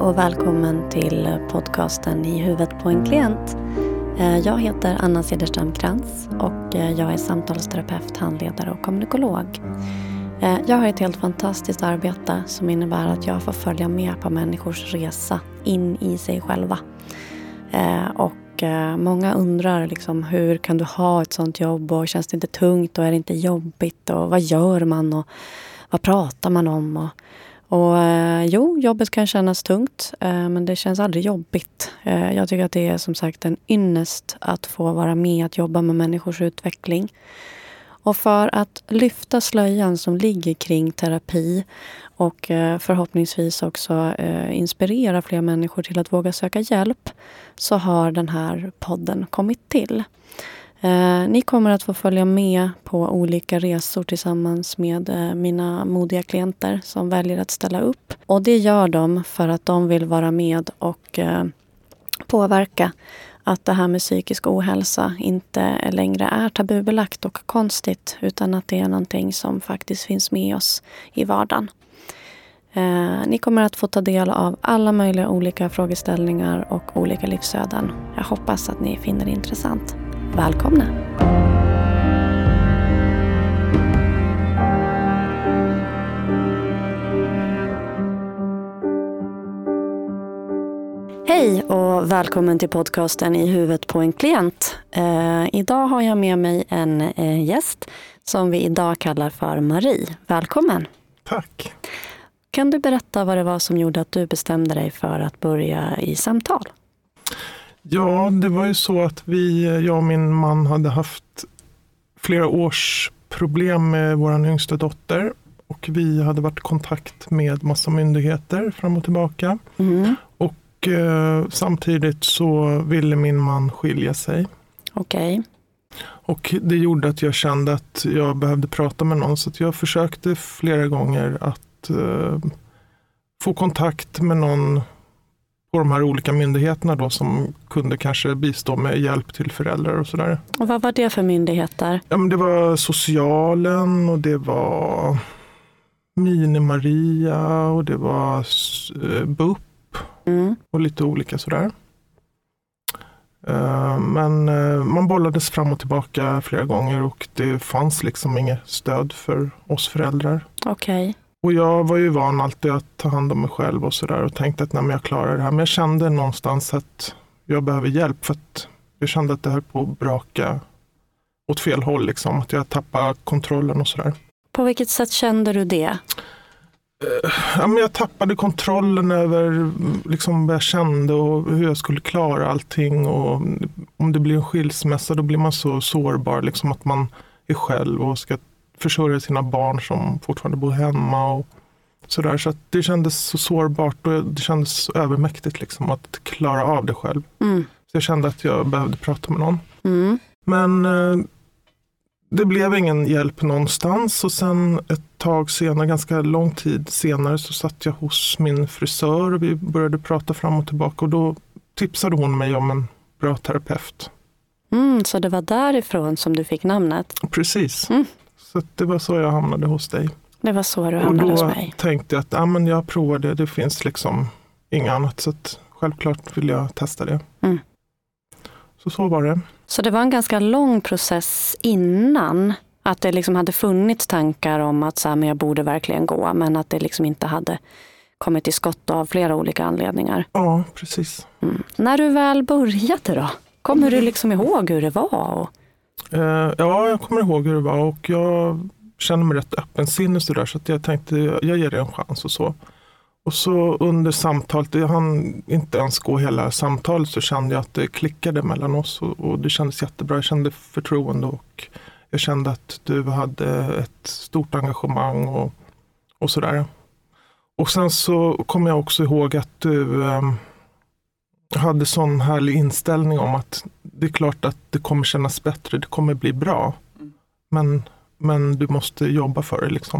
och välkommen till podcasten I huvudet på en klient. Jag heter Anna Cederström-Krantz och jag är samtalsterapeut, handledare och kommunikolog. Jag har ett helt fantastiskt arbete som innebär att jag får följa med på människors resa in i sig själva. Och många undrar liksom, hur kan du ha ett sånt jobb och känns det inte tungt och är det inte jobbigt och vad gör man och vad pratar man om jo, jobbet kan kännas tungt men det känns aldrig jobbigt. Jag tycker att det är som sagt en ynnest att få vara med att jobba med människors utveckling. Och för att lyfta slöjan som ligger kring terapi och förhoppningsvis också inspirera fler människor till att våga söka hjälp så har den här podden kommit till. Ni kommer att få följa med på olika resor tillsammans med mina modiga klienter som väljer att ställa upp. Och det gör de för att de vill vara med och påverka att det här med psykisk ohälsa inte längre är tabubelagt och konstigt utan att det är någonting som faktiskt finns med oss i vardagen. Ni kommer att få ta del av alla möjliga olika frågeställningar och olika livsöden. Jag hoppas att ni finner det intressant. Välkomna! Hej och välkommen till podcasten I huvudet på en klient. Idag har jag med mig en gäst som vi idag kallar för Marie. Välkommen! Tack! Kan du berätta vad det var som gjorde att du bestämde dig för att börja i samtal? Ja, det var ju så att jag och min man hade haft flera års problem med vår yngsta dotter. Och vi hade varit i kontakt med massa myndigheter fram och tillbaka. Mm. Och samtidigt så ville min man skilja sig. Okej. Och det gjorde att jag kände att jag behövde prata med någon. Så att jag försökte flera gånger att få kontakt med någon på de här olika myndigheterna då som kunde kanske bistå med hjälp till föräldrar och sådär. Och vad var det för myndigheter? Ja, men det var socialen och det var Mini-Maria och det var BUP och lite olika sådär. Men man bollades fram och tillbaka flera gånger och det fanns liksom inget stöd för oss föräldrar. Okej. Och jag var ju van alltid att ta hand om mig själv och sådär och tänkte att nej, men jag klarar det här. Men jag kände någonstans att jag behöver hjälp för att jag kände att det höll på att braka åt fel håll liksom. Att jag tappade kontrollen och sådär. På vilket sätt kände du det? Ja, men jag tappade kontrollen över liksom vad jag kände och hur jag skulle klara allting. Och om det blir en skilsmässa då blir man så sårbar liksom att man är själv och ska försörja sina barn som fortfarande bor hemma och sådär. Så att det kändes så sårbart och det kändes så övermäktigt liksom att klara av det själv. Så jag kände att jag behövde prata med någon. Men det blev ingen hjälp någonstans och sen ett tag senare, ganska lång tid senare så satt jag hos min frisör och vi började prata fram och tillbaka och då tipsade hon mig om en bra terapeut. Så det var därifrån som du fick namnet? Precis. Så det var så jag hamnade hos dig. Det var så du hamnade hos mig. Och då tänkte jag att men jag provar det finns liksom inget annat. Så att självklart vill jag testa det. Så var det. Så det var en ganska lång process innan att det liksom hade funnits tankar om att så här, men jag borde verkligen gå. Men att det liksom inte hade kommit till skott av flera olika anledningar. Ja, precis. När du väl började då? Kommer du liksom ihåg hur det var? Ja, jag kommer ihåg hur det var och jag känner mig rätt öppensinnig så där så att jag tänkte jag ger det en chans och så. Och så under samtalet, jag hann inte ens gå hela samtalet så kände jag att det klickade mellan oss och det kändes jättebra. Jag kände förtroende och jag kände att du hade ett stort engagemang och sådär. Och sen så kommer jag också ihåg att du hade sån härlig inställning om att det är klart att det kommer kännas bättre, det kommer bli bra. Men du måste jobba för det liksom.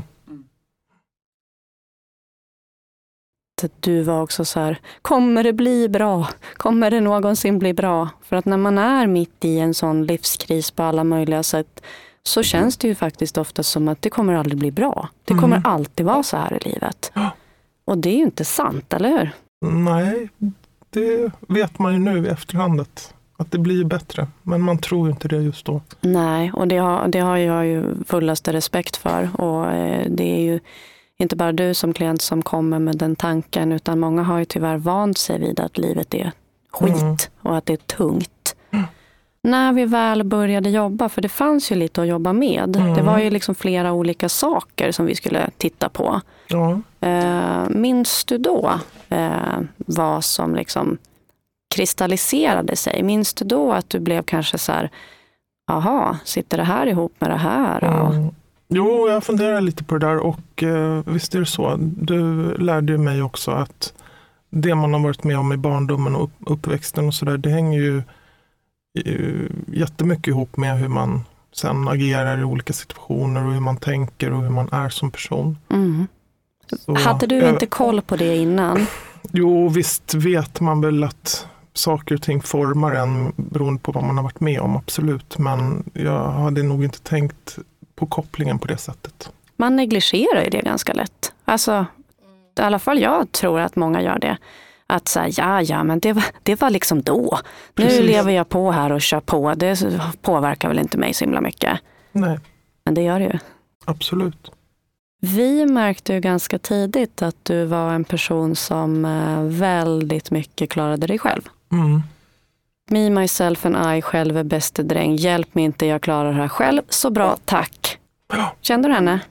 Du var också så här, kommer det bli bra? Kommer det någonsin bli bra? För att när man är mitt i en sån livskris på alla möjliga sätt så känns det ju faktiskt ofta som att det kommer aldrig bli bra. Det kommer alltid vara så här i livet. Och det är ju inte sant, eller hur? Nej, det vet man ju nu i efterhand att det blir bättre. Men man tror ju inte det just då. Nej, och det har jag ju fullaste respekt för. Och det är ju inte bara du som klient som kommer med den tanken, utan många har ju tyvärr vant sig vid att livet är skit och att det är tungt. När vi väl började jobba, för det fanns ju lite att jobba med. Det var ju liksom flera olika saker som vi skulle titta på. Ja. Minns du då vad som liksom kristalliserade sig? Minns du då att du blev kanske så här, aha, sitter det här ihop med det här? Jo, jag funderar lite på det där och visst är det så. Du lärde mig också att det man har varit med om i barndomen och uppväxten och sådär, det hänger ju jättemycket ihop med hur man sen agerar i olika situationer och hur man tänker och hur man är som person. Så, hade du inte koll på det innan? Jo, visst vet man väl att saker och ting formar en beroende på vad man har varit med om, absolut. Men jag hade nog inte tänkt på kopplingen på det sättet. Man negligerar ju det ganska lätt. Alltså, i alla fall jag tror att många gör det. Att säga, men det var liksom då. Precis. Nu lever jag på här och kör på. Det påverkar väl inte mig så himla mycket. Nej. Men det gör det ju. Absolut. Vi märkte ju ganska tidigt att du var en person som väldigt mycket klarade dig själv. Me, myself and I, själv är bäste dräng. Hjälp mig inte, jag klarar det här själv. Så bra, tack. Kände du henne?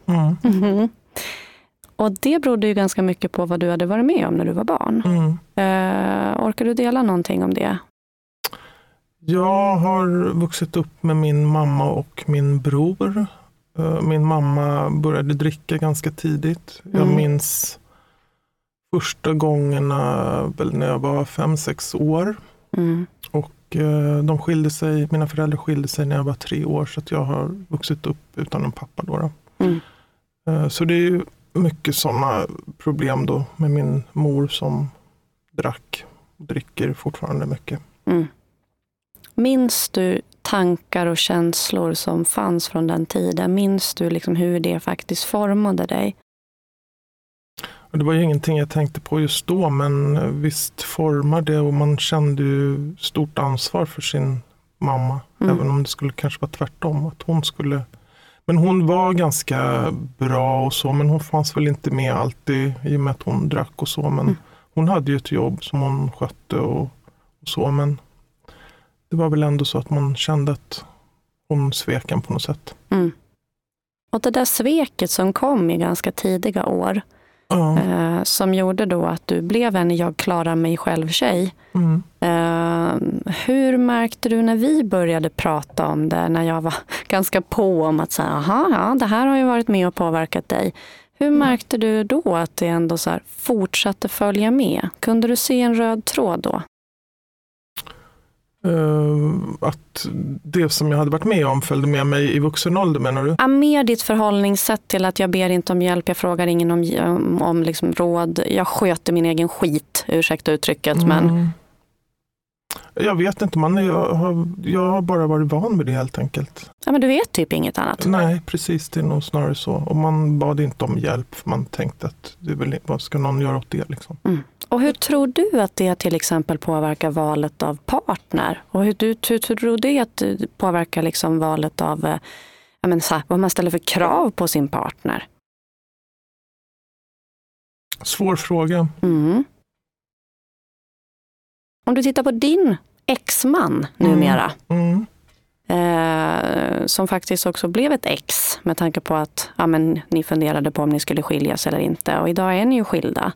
Och det berodde ju ganska mycket på vad du hade varit med om när du var barn. Orkar du dela någonting om det? Jag har vuxit upp med min mamma och min bror. Min mamma började dricka ganska tidigt. Jag minns första gångerna väl när jag var 5-6 år. Och de skilde sig, mina föräldrar skilde sig när jag var 3 år, så att jag har vuxit upp utan en pappa då. Så det är ju mycket sådana problem då med min mor som dricker fortfarande mycket. Minns du tankar och känslor som fanns från den tiden? Minns du liksom hur det faktiskt formade dig? Det var ju ingenting jag tänkte på just då, men visst formade det, och man kände ju stort ansvar för sin mamma. Även om det skulle kanske vara tvärtom. Att hon skulle... Men hon var ganska bra och så, men hon fanns väl inte med alltid i och med att hon drack och så. Men hon hade ju ett jobb som hon skötte och så, men det var väl ändå så att man kände att hon svek en på något sätt. Och det där sveket som kom i ganska tidiga år, som gjorde då att du blev en jag klarar mig själv-tjej. Hur märkte du när vi började prata om det, när jag var ganska på om att säga, det här har ju varit med och påverkat dig. Hur märkte du då att det ändå så här fortsatte följa med? Kunde du se en röd tråd då? Att det som jag hade varit med om följde med mig i vuxen ålder, menar du? Ja, mer ditt förhållningssätt till att jag ber inte om hjälp, jag frågar ingen om liksom råd, jag sköter min egen skit, ursäkta uttrycket, men... Jag vet inte, jag har bara varit van med det helt enkelt. Ja, men du vet typ inget annat. Nej, precis, det är nog snarare så. Och man bad inte om hjälp, för man tänkte att vad ska någon göra åt det liksom. Och hur tror du att det till exempel påverkar valet av partner? Och hur tror du att det påverkar liksom valet av vad man ställer för krav på sin partner? Svår fråga. Om du tittar på din ex-man numera, som faktiskt också blev ett ex, med tanke på att ni funderade på om ni skulle skiljas eller inte. Och idag är ni ju skilda.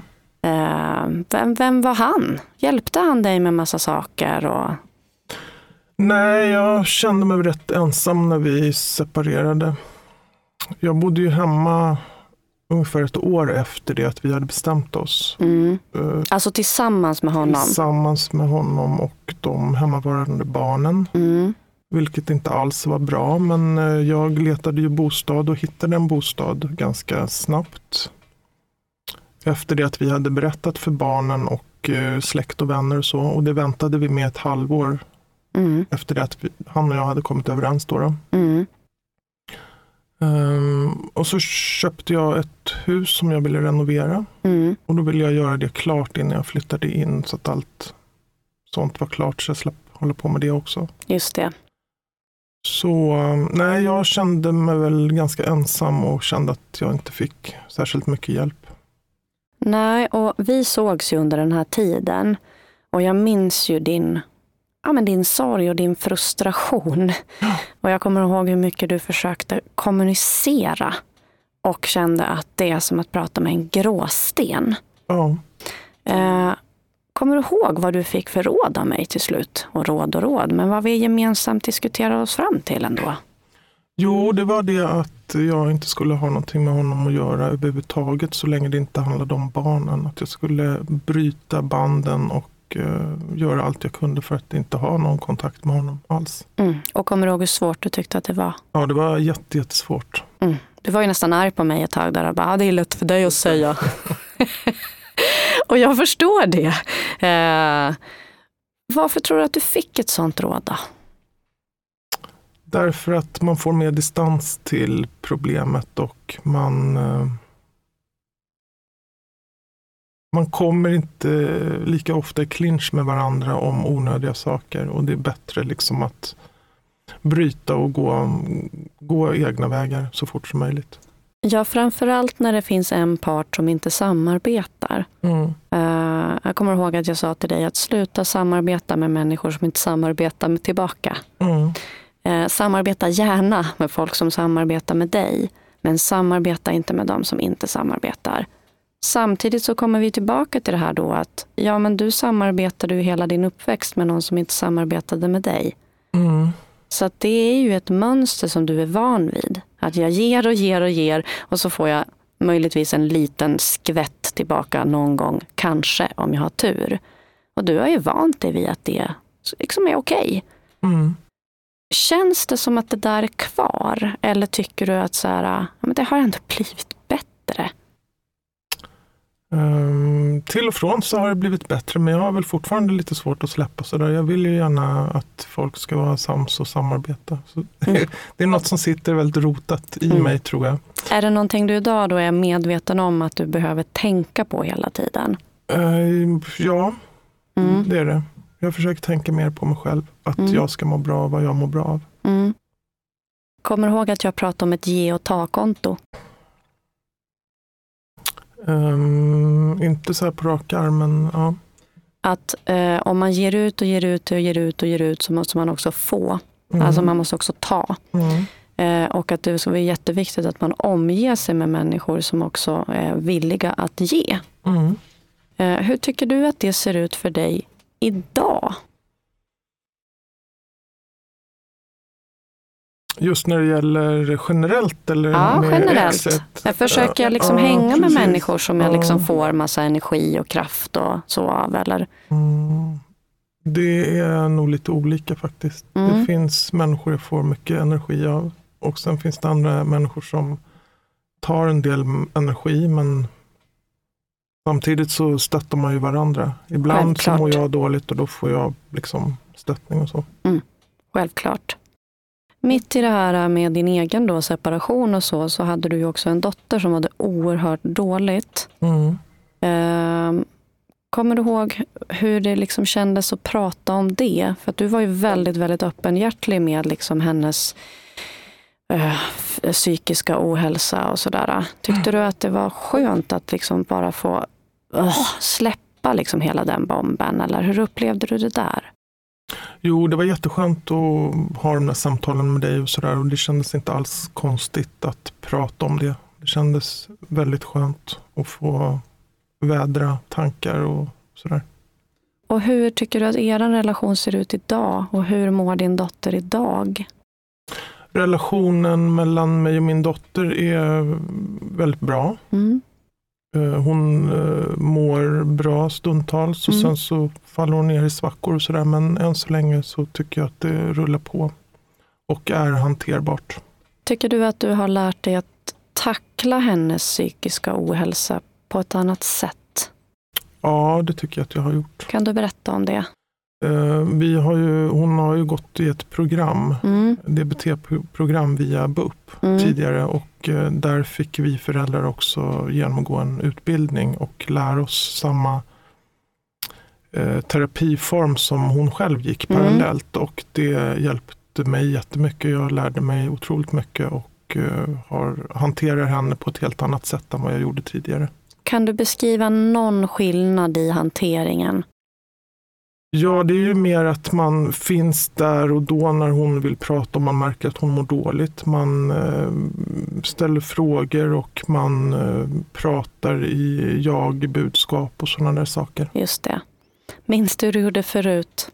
Vem var han? Hjälpte han dig med massa saker? Nej, jag kände mig rätt ensam när vi separerade. Jag bodde ju hemma ungefär 1 år efter det att vi hade bestämt oss. Alltså tillsammans med honom? Tillsammans med honom och de hemmavarande barnen. Vilket inte alls var bra, men jag letade ju bostad och hittade en bostad ganska snabbt. Efter det att vi hade berättat för barnen och släkt och vänner och så. Och det väntade vi med 1 halvår efter det att han och jag hade kommit överens då. Och så köpte jag ett hus som jag ville renovera. Och då ville jag göra det klart innan jag flyttade in så att allt sånt var klart så jag slapp hålla på med det också. Just det. Så nej, jag kände mig väl ganska ensam och kände att jag inte fick särskilt mycket hjälp. Nej, och vi sågs ju under den här tiden och jag minns ju din sorg och din frustration. Ja. Och jag kommer ihåg hur mycket du försökte kommunicera och kände att det är som att prata med en gråsten. Ja. Kommer du ihåg vad du fick för råd av mig till slut? Och råd, men vad vi gemensamt diskuterade oss fram till ändå? Jo, det var det att jag inte skulle ha någonting med honom att göra överhuvudtaget så länge det inte handlade om barnen. Att jag skulle bryta banden och göra allt jag kunde för att inte ha någon kontakt med honom alls. Och kommer du ihåg hur svårt du tyckte att det var? Ja, det var jättesvårt. Du var ju nästan arg på mig ett tag där och bara, det är lätt för dig att säga. Och jag förstår det. Varför tror du att du fick ett sånt råd då? Därför att man får mer distans till problemet och man kommer inte lika ofta i clinch med varandra om onödiga saker. Och det är bättre liksom att bryta och gå egna vägar så fort som möjligt. Ja, framförallt när det finns en part som inte samarbetar. Jag kommer ihåg att jag sa till dig att sluta samarbeta med människor som inte samarbetar med tillbaka. Samarbeta gärna med folk som samarbetar med dig, men samarbeta inte med dem som inte samarbetar. Samtidigt så kommer vi tillbaka till det här då att men du samarbetade ju hela din uppväxt med någon som inte samarbetade med dig. Så att det är ju ett mönster som du är van vid. Att jag ger och ger och ger och så får jag möjligtvis en liten skvätt tillbaka någon gång, kanske om jag har tur. Och du har ju vant dig vid att det liksom är okej. Känns det som att det där är kvar? Eller tycker du att så här, men det har ändå blivit bättre? Till och från så har det blivit bättre, men jag har väl fortfarande lite svårt att släppa så där. Jag vill ju gärna att folk ska vara sams och samarbeta. Så det är något som sitter väldigt rotat i mig, tror jag. Är det någonting du idag då är medveten om att du behöver tänka på hela tiden? Ja, det är det. Jag försöker tänka mer på mig själv. Att jag ska må bra, vad jag mår bra av. Kommer du ihåg att jag pratade om ett ge- och ta-konto? Inte så här på rak arm, men ja. Att om man ger ut och ger ut och ger ut och ger ut så måste man också få. Alltså man måste också ta. Och att det är jätteviktigt att man omger sig med människor som också är villiga att ge. Hur tycker du att det ser ut för dig idag? Just när det gäller generellt? Eller ja, generellt. Jag försöker liksom hänga med människor som jag liksom får massa energi och kraft och så av, eller? Det är nog lite olika faktiskt. Det finns människor jag får mycket energi av. Och sen finns det andra människor som tar en del energi, men samtidigt så stöttar man ju varandra. Ibland så mår jag dåligt och då får jag liksom stöttning och så. Självklart. Mitt i det här med din egen då separation och så hade du ju också en dotter som hade oerhört dåligt. Kommer du ihåg hur det liksom kändes att prata om det? För att du var ju väldigt, väldigt öppenhjärtig med liksom hennes psykiska ohälsa och sådär. Tyckte du att det var skönt att liksom bara få släppa liksom hela den bomben? Eller hur upplevde du det där? Jo, det var jätteskönt att ha de där samtalen med dig och sådär. Och det kändes inte alls konstigt att prata om det. Det kändes väldigt skönt att få vädra tankar och sådär. Och hur tycker du att er relation ser ut idag? Och hur mår din dotter idag? Relationen mellan mig och min dotter är väldigt bra. Hon mår bra stundtals och sen så faller hon ner i svackor och sådär. Men än så länge så tycker jag att det rullar på och är hanterbart. Tycker du att du har lärt dig att tackla hennes psykiska ohälsa på ett annat sätt? Ja, det tycker jag att jag har gjort. Kan du berätta om det? Hon har ju gått i ett program, DBT-program via BUP tidigare, och där fick vi föräldrar också genomgå en utbildning och lära oss samma terapiform som hon själv gick parallellt, och det hjälpte mig jättemycket. Jag lärde mig otroligt mycket och hanterar henne på ett helt annat sätt än vad jag gjorde tidigare. Kan du beskriva någon skillnad i hanteringen? Ja, det är ju mer att man finns där och då när hon vill prata och man märker att hon mår dåligt. Man ställer frågor och man pratar i jag-budskap och sådana där saker. Just det. Minns du hur du gjorde förut?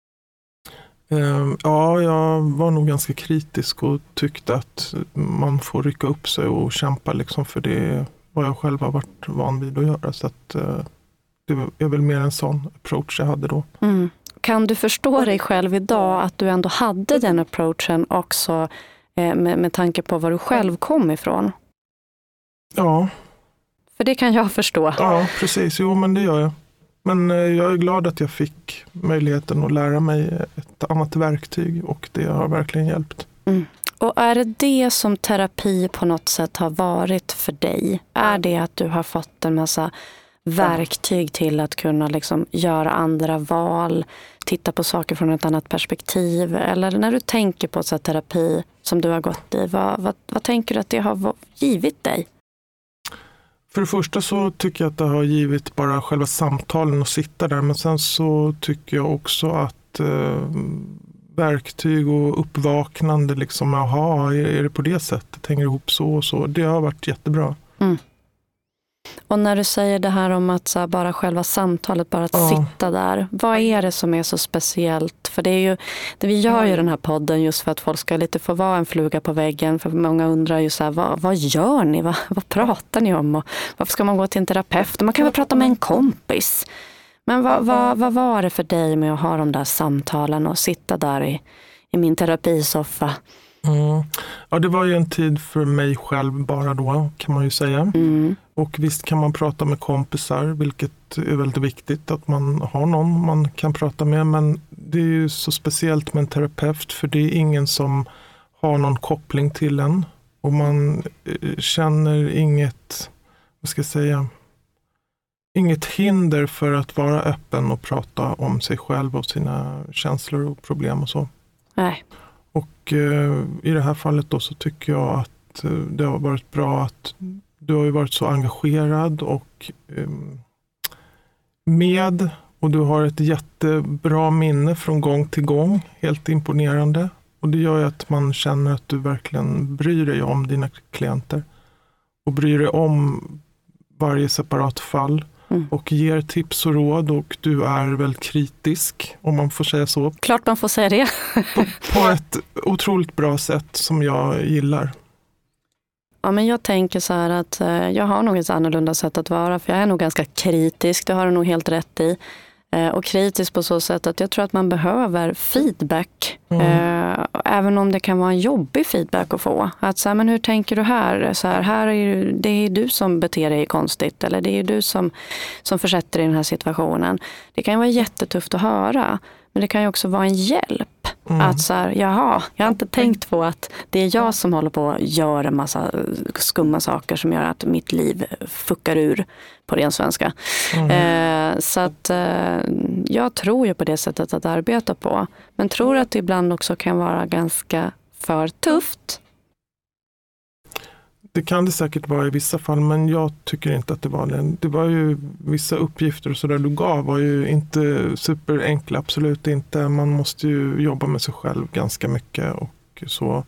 Ja, jag var nog ganska kritisk och tyckte att man får rycka upp sig och kämpa liksom, för det vad jag själv har varit van vid att göra. Så att det är väl mer en sån approach jag hade då. Mm. Kan du förstå dig själv idag att du ändå hade den approachen också med tanke på var du själv kom ifrån? Ja. För det kan jag förstå. Ja, precis. Jo, men det gör jag. Men jag är glad att jag fick möjligheten att lära mig ett annat verktyg, och det har verkligen hjälpt. Mm. Och är det som terapi på något sätt har varit för dig? Är det att du har fått en massa verktyg till att kunna liksom göra andra val, titta på saker från ett annat perspektiv? Eller när du tänker på så terapi som du har gått i, vad tänker du att det har givit dig? För det första så tycker jag att det har givit bara själva samtalen och sitta där. Men sen så tycker jag också att verktyg och uppvaknande, liksom, jaha, är det på det sättet? Hänger ihop så och så? Det har varit jättebra. Mm. Och när du säger det här om att så bara själva samtalet, bara att sitta där. Vad är det som är så speciellt? För det är ju, vi gör ju den här podden just för att folk ska lite få vara en fluga på väggen. För många undrar ju så här, vad gör ni? Vad pratar ni om? Och varför ska man gå till en terapeut? Man kan väl prata med en kompis. Men vad var det för dig med att ha de där samtalen och sitta där i min terapisoffa? Mm. Ja, det var ju en tid för mig själv bara då, kan man ju säga. Mm. Och visst kan man prata med kompisar, vilket är väldigt viktigt att man har någon man kan prata med. Men det är ju så speciellt med en terapeut, för det är ingen som har någon koppling till en. Och man känner inget hinder för att vara öppen och prata om sig själv och sina känslor och problem och så. Nej. Och i det här fallet då så tycker jag att det har varit bra att du har ju varit så engagerad och och du har ett jättebra minne från gång till gång, helt imponerande. Och det gör ju att man känner att du verkligen bryr dig om dina klienter och bryr dig om varje separat fall. Och ger tips och råd, och du är väldigt kritisk, om man får säga så. Klart man får säga det. på ett otroligt bra sätt som jag gillar. Ja, men jag tänker så här att jag har nog ett annorlunda sätt att vara, för jag är nog ganska kritisk, det har du nog helt rätt i. Och kritisk på så sätt att jag tror att man behöver feedback. Även om det kan vara en jobbig feedback att få. Att så här, men hur tänker du här? Så här är det är du som beter dig konstigt. Eller det är du som försätter i den här situationen. Det kan ju vara jättetufft att höra. Men det kan ju också vara en hjälp. Att så här, jaha, jag har inte tänkt på att det är jag som håller på att göra en massa skumma saker som gör att mitt liv fuckar ur på ren svenska. Så att jag tror ju på det sättet att arbeta på. Men tror att det ibland också kan vara ganska för tufft. Det kan det säkert vara i vissa fall, men jag tycker inte att det var det. Det var ju vissa uppgifter och sådär du gav var ju inte superenkla, absolut inte. Man måste ju jobba med sig själv ganska mycket och så.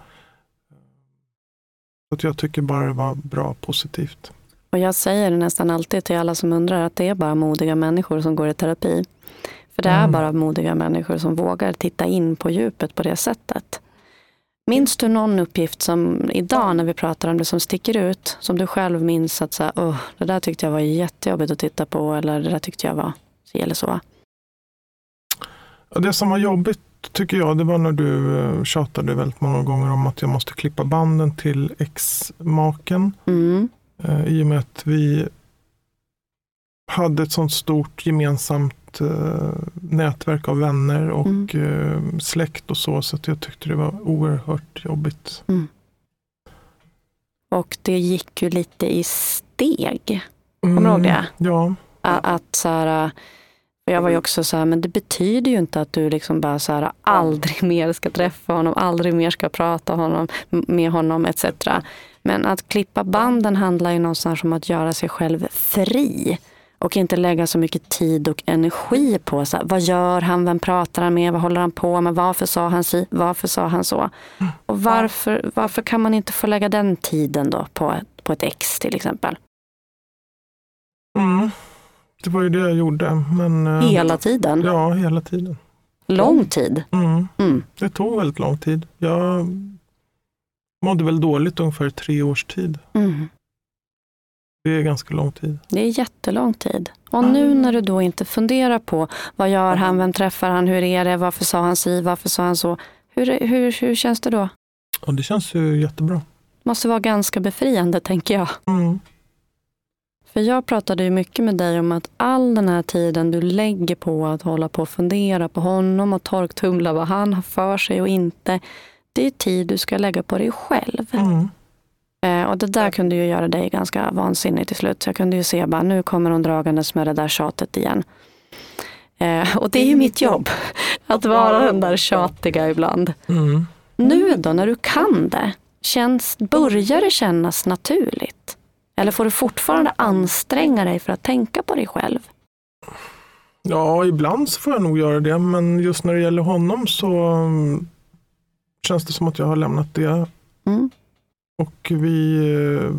Så att jag tycker bara det var bra, positivt. Och jag säger det nästan alltid till alla som undrar att det är bara modiga människor som går i terapi. För det är bara modiga människor som vågar titta in på djupet på det sättet. Minns du någon uppgift som idag när vi pratar om det som sticker ut, som du själv minns att så här, det där tyckte jag var jättejobbigt att titta på, eller det där tyckte jag var så eller så? Det som var jobbigt tycker jag, det var när du tjatade väldigt många gånger om att jag måste klippa banden till ex-maken. I och med att vi hade ett sånt stort gemensamt ett nätverk av vänner och släkt och så att jag tyckte det var oerhört jobbigt. Och det gick ju lite i steg. Kommer du ihåg det? Ja. Att så här, jag var ju också så här, men det betyder ju inte att du liksom bara så här aldrig mer ska träffa honom, aldrig mer ska prata med honom etc. Men att klippa banden handlar ju någonstans om att göra sig själv fri. Och inte lägga så mycket tid och energi på så här, vad gör han, vem pratar han med, vad håller han på med, varför sa han så. Och varför kan man inte få lägga den tiden då på ett ex till exempel? Det var ju det jag gjorde. Men, hela tiden? Ja, hela tiden. Lång tid? Det tog väldigt lång tid. Jag mådde väl dåligt ungefär 3 års tid. Det är ganska lång tid. Det är jättelång tid. Och nu när du då inte funderar på vad gör han, vem träffar han, hur är det, varför sa han si, varför sa han så. Hur känns det då? Och det känns ju jättebra. Det måste vara ganska befriande, tänker jag. För jag pratade ju mycket med dig om att all den här tiden du lägger på att hålla på och fundera på honom och torktumla vad han har för sig och inte. Det är tid du ska lägga på dig själv. Och det där kunde ju göra dig ganska vansinnig till slut. Så jag kunde ju se bara, nu kommer hon dragandes med det där tjatet igen. Och det är ju mitt jobb. Att vara den där tjatiga ibland. Nu då, när du kan det, börjar det kännas naturligt? Eller får du fortfarande anstränga dig för att tänka på dig själv? Ja, ibland så får jag nog göra det. Men just när det gäller honom så känns det som att jag har lämnat det. Och vi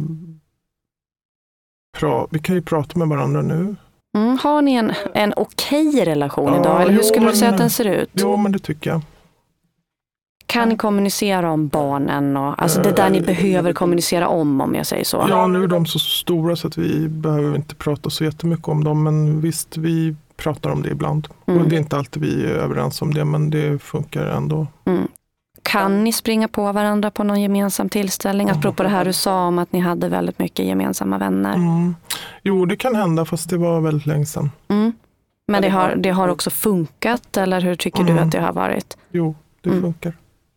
kan ju prata med varandra nu. Har ni en okej relation idag? Eller hur skulle du säga att den ser ut? Jo, men det tycker jag. Kan ni kommunicera om barnen? Alltså det där ni behöver kommunicera om jag säger så. Ja, nu är de så stora så att vi behöver inte prata så jättemycket om dem. Men visst, vi pratar om det ibland. Och det är inte alltid vi är överens om det, men det funkar ändå. Kan ni springa på varandra på någon gemensam tillställning? Apropå det här du sa om att ni hade väldigt mycket gemensamma vänner. Jo, det kan hända, fast det var väldigt länge sedan. Men det har också funkat, eller hur tycker du att det har varit? Jo, det funkar.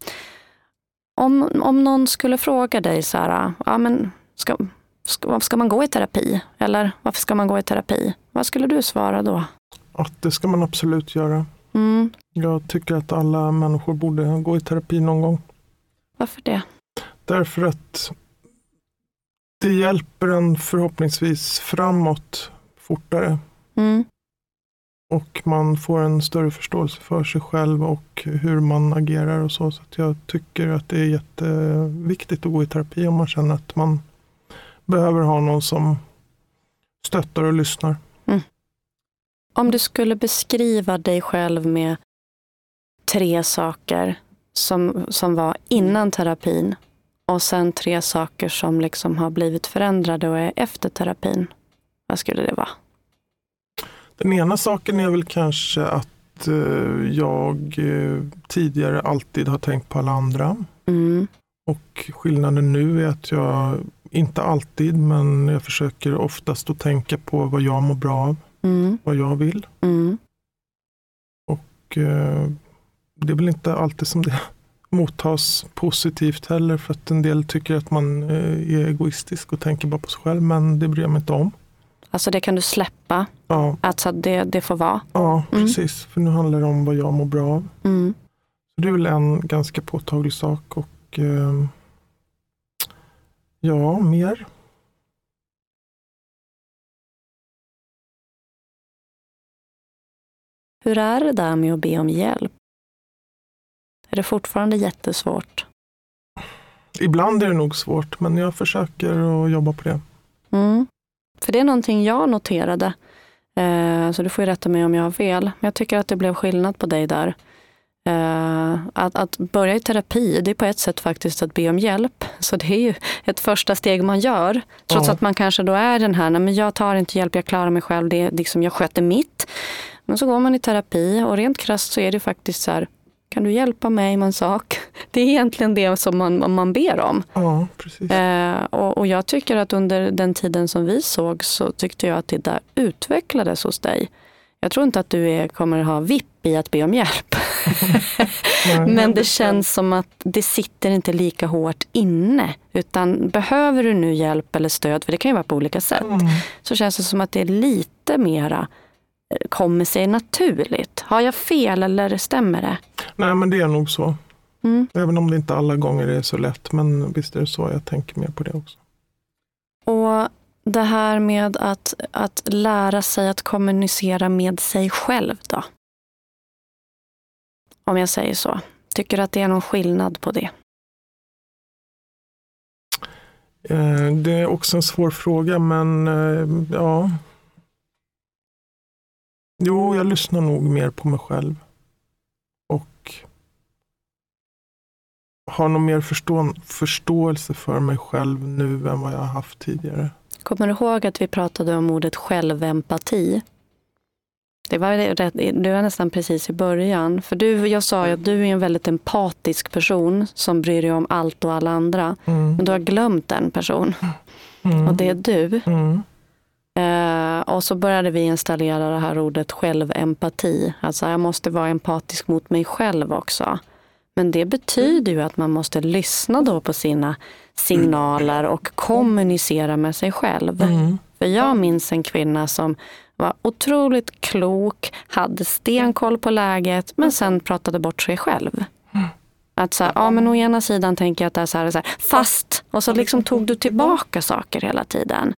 Om någon skulle fråga dig så här, ja men ska man gå i terapi? Eller varför ska man gå i terapi? Vad skulle du svara då? Att det ska man absolut göra. Jag tycker att alla människor borde gå i terapi någon gång. Varför det? Därför att det hjälper en förhoppningsvis framåt fortare. Och man får en större förståelse för sig själv och hur man agerar och så. Så att jag tycker att det är jätteviktigt att gå i terapi om man känner att man behöver ha någon som stöttar och lyssnar. Om du skulle beskriva dig själv med 3 saker som var innan terapin och sen 3 saker som liksom har blivit förändrade och är efter terapin, vad skulle det vara? Den ena saken är väl kanske att jag tidigare alltid har tänkt på alla andra. Och skillnaden nu är att jag inte alltid, men jag försöker oftast att tänka på vad jag mår bra av. Vad jag vill. Och det är väl inte alltid som det mottas positivt heller, för att en del tycker att man är egoistisk och tänker bara på sig själv, men det bryr jag mig inte om. Alltså det kan du släppa? Ja. Alltså det får vara? Ja, precis. För nu handlar det om vad jag mår bra av. Så det är väl en ganska påtaglig sak. Och ja, mer. Hur är det där med att be om hjälp? Är det fortfarande jättesvårt? Ibland är det nog svårt, men jag försöker att jobba på det. För det är någonting jag noterade. Så du får ju rätta mig om jag har fel. Men jag tycker att det blev skillnad på dig där. Att börja i terapi, det är på ett sätt faktiskt att be om hjälp. Så det är ju ett första steg man gör. Trots att man kanske då är den här, nej men jag tar inte hjälp, jag klarar mig själv. Det är liksom, jag sköter mitt. Men så går man i terapi och rent krasst så är det faktiskt så här, kan du hjälpa mig med en sak? Det är egentligen det som man ber om. Ja, precis. Och jag tycker att under den tiden som vi såg så tyckte jag att det där utvecklades hos dig. Jag tror inte att du kommer ha vipp i att be om hjälp. Men det känns som att det sitter inte lika hårt inne. Utan behöver du nu hjälp eller stöd, för det kan ju vara på olika sätt. Så känns det som att det är lite mera kommer sig naturligt. Har jag fel eller stämmer det? Nej, men det är nog så. Även om det inte alla gånger är så lätt. Men visst är det så, jag tänker mer på det också. Och det här med att lära sig att kommunicera med sig själv då? Om jag säger så. Tycker du att det är någon skillnad på det? Det är också en svår fråga, men ja. Jo, jag lyssnar nog mer på mig själv. Och har nog mer förståelse för mig själv nu än vad jag har haft tidigare. Kommer du ihåg att vi pratade om ordet självempati? Det var nästan precis i början. För jag sa ju att du är en väldigt empatisk person som bryr dig om allt och alla andra. Men du har glömt en person. Och det är du. Och så började vi installera det här ordet självempati. Alltså jag måste vara empatisk mot mig själv också. Men det betyder ju att man måste lyssna då på sina signaler och kommunicera med sig själv. För jag minns en kvinna som var otroligt klok, hade stenkoll på läget, men sen pratade bort sig själv. Att så här, ja men å ena sidan tänker jag att det är så här, fast, och så liksom tog du tillbaka saker hela tiden.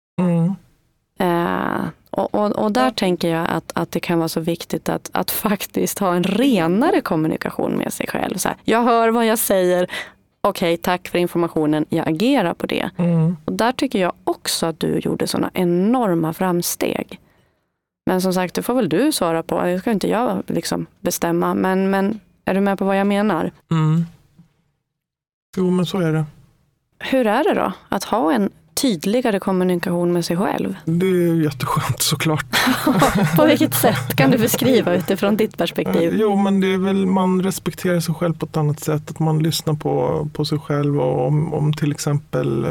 Och där tänker jag att det kan vara så viktigt att faktiskt ha en renare kommunikation med sig själv. Så här, jag hör vad jag säger, okej, tack för informationen, jag agerar på det. Och där tycker jag också att du gjorde sådana enorma framsteg. Men som sagt, det får väl du svara på. Det ska inte jag liksom bestämma. Men är du med på vad jag menar? Jo, men så är det. Hur är det då att ha en tydligare kommunikation med sig själv? Det är jätteskönt såklart. På vilket sätt kan du beskriva utifrån ditt perspektiv? Jo, men det är väl, man respekterar sig själv på ett annat sätt. Att man lyssnar på sig själv. Och om till exempel...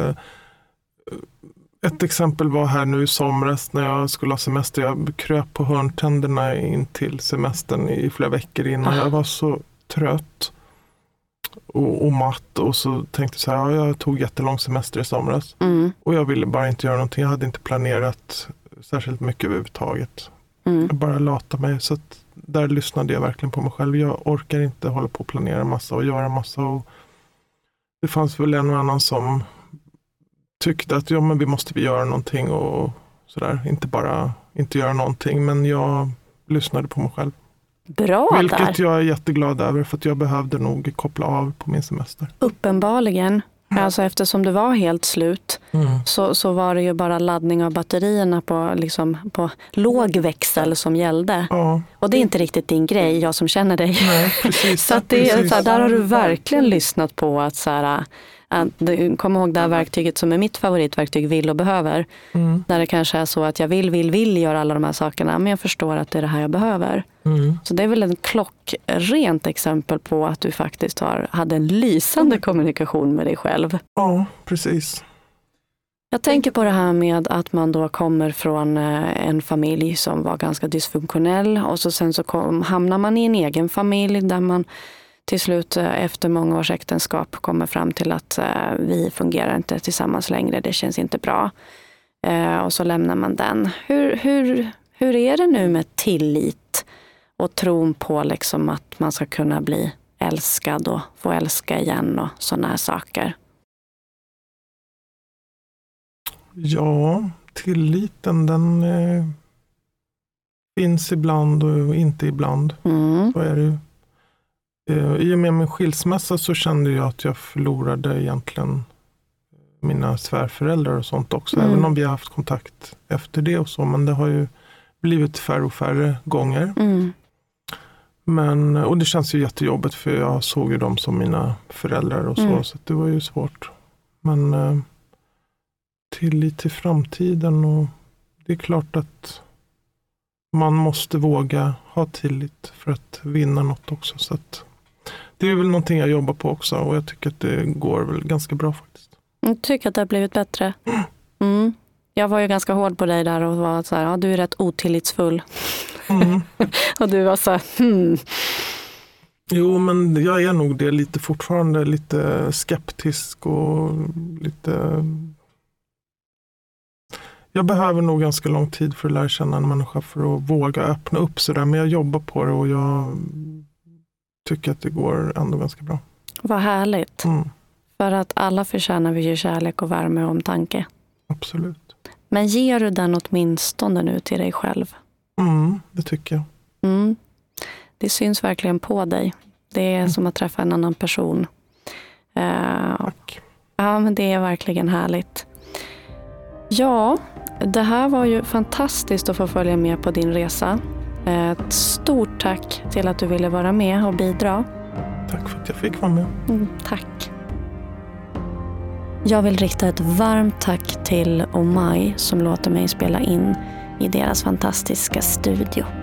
Ett exempel var här nu i somras när jag skulle ha semester. Jag kröp på hörntänderna in till semestern i flera veckor innan. Jag var så trött och matt. Och så tänkte jag så här, jag tog jättelång semester i somras. Och jag ville bara inte göra någonting. Jag hade inte planerat särskilt mycket överhuvudtaget. Jag bara latade mig. Så att där lyssnade jag verkligen på mig själv. Jag orkar inte hålla på och planera massa och göra massa. Och det fanns väl en och annan som tyckte att men vi måste göra någonting och sådär. Inte göra någonting. Men jag lyssnade på mig själv. Bra. Vilket jag är jätteglad över, för att jag behövde nog koppla av på min semester. Uppenbarligen. Alltså eftersom det var helt slut så var det ju bara laddning av batterierna på låg växel som gällde. Ja. Och det är inte riktigt din grej, jag som känner dig. Nej, precis. Så att där har du verkligen lyssnat på att så här, kom ihåg det här verktyget som är mitt favoritverktyg, vill och behöver. Där det kanske är så att jag vill göra alla de här sakerna, men jag förstår att det är det här jag behöver. Så det är väl en klockrent exempel på att du faktiskt hade en lysande kommunikation med dig själv. Ja, precis. Jag tänker på det här med att man då kommer från en familj som var ganska dysfunktionell, och sen så hamnar man i en egen familj där man till slut efter många års äktenskap kommer fram till att vi fungerar inte tillsammans längre, det känns inte bra. Och så lämnar man den. Hur är det nu med tillit och tron på liksom att man ska kunna bli älskad och få älska igen och sådana här saker? Ja, tilliten den finns ibland och inte ibland. Så är det ju. I och med min skilsmässa så kände jag att jag förlorade egentligen mina svärföräldrar och sånt också. Även om vi har haft kontakt efter det och så. Men det har ju blivit färre och färre gånger. Och det känns ju jättejobbigt, för jag såg ju dem som mina föräldrar och så. Så det var ju svårt. Men tillit till framtiden, och det är klart att man måste våga ha tillit för att vinna något också. Så att det är väl någonting jag jobbar på också, och jag tycker att det går väl ganska bra faktiskt. Jag tycker att det har blivit bättre. Jag var ju ganska hård på dig där och var så här, du är rätt otillitsfull. Och du var så här, Jo, men jag är nog det lite fortfarande, lite skeptisk och lite... Jag behöver nog ganska lång tid för att lära känna en människa för att våga öppna upp sådär. Men jag jobbar på det och jag tycker att det går ändå ganska bra. Vad härligt. För att alla förtjänar vi ju kärlek och värme och omtanke. Absolut. Men ger du den åtminstone nu till dig själv? Det tycker jag. Det syns verkligen på dig. Det är som att träffa en annan person. Tack. Ja, men det är verkligen härligt. Ja, det här var ju fantastiskt att få följa med på din resa. Ett stort tack till att du ville vara med och bidra. Tack för att jag fick vara med. Tack. Jag vill rikta ett varmt tack till Oh My som låter mig spela in i deras fantastiska studio.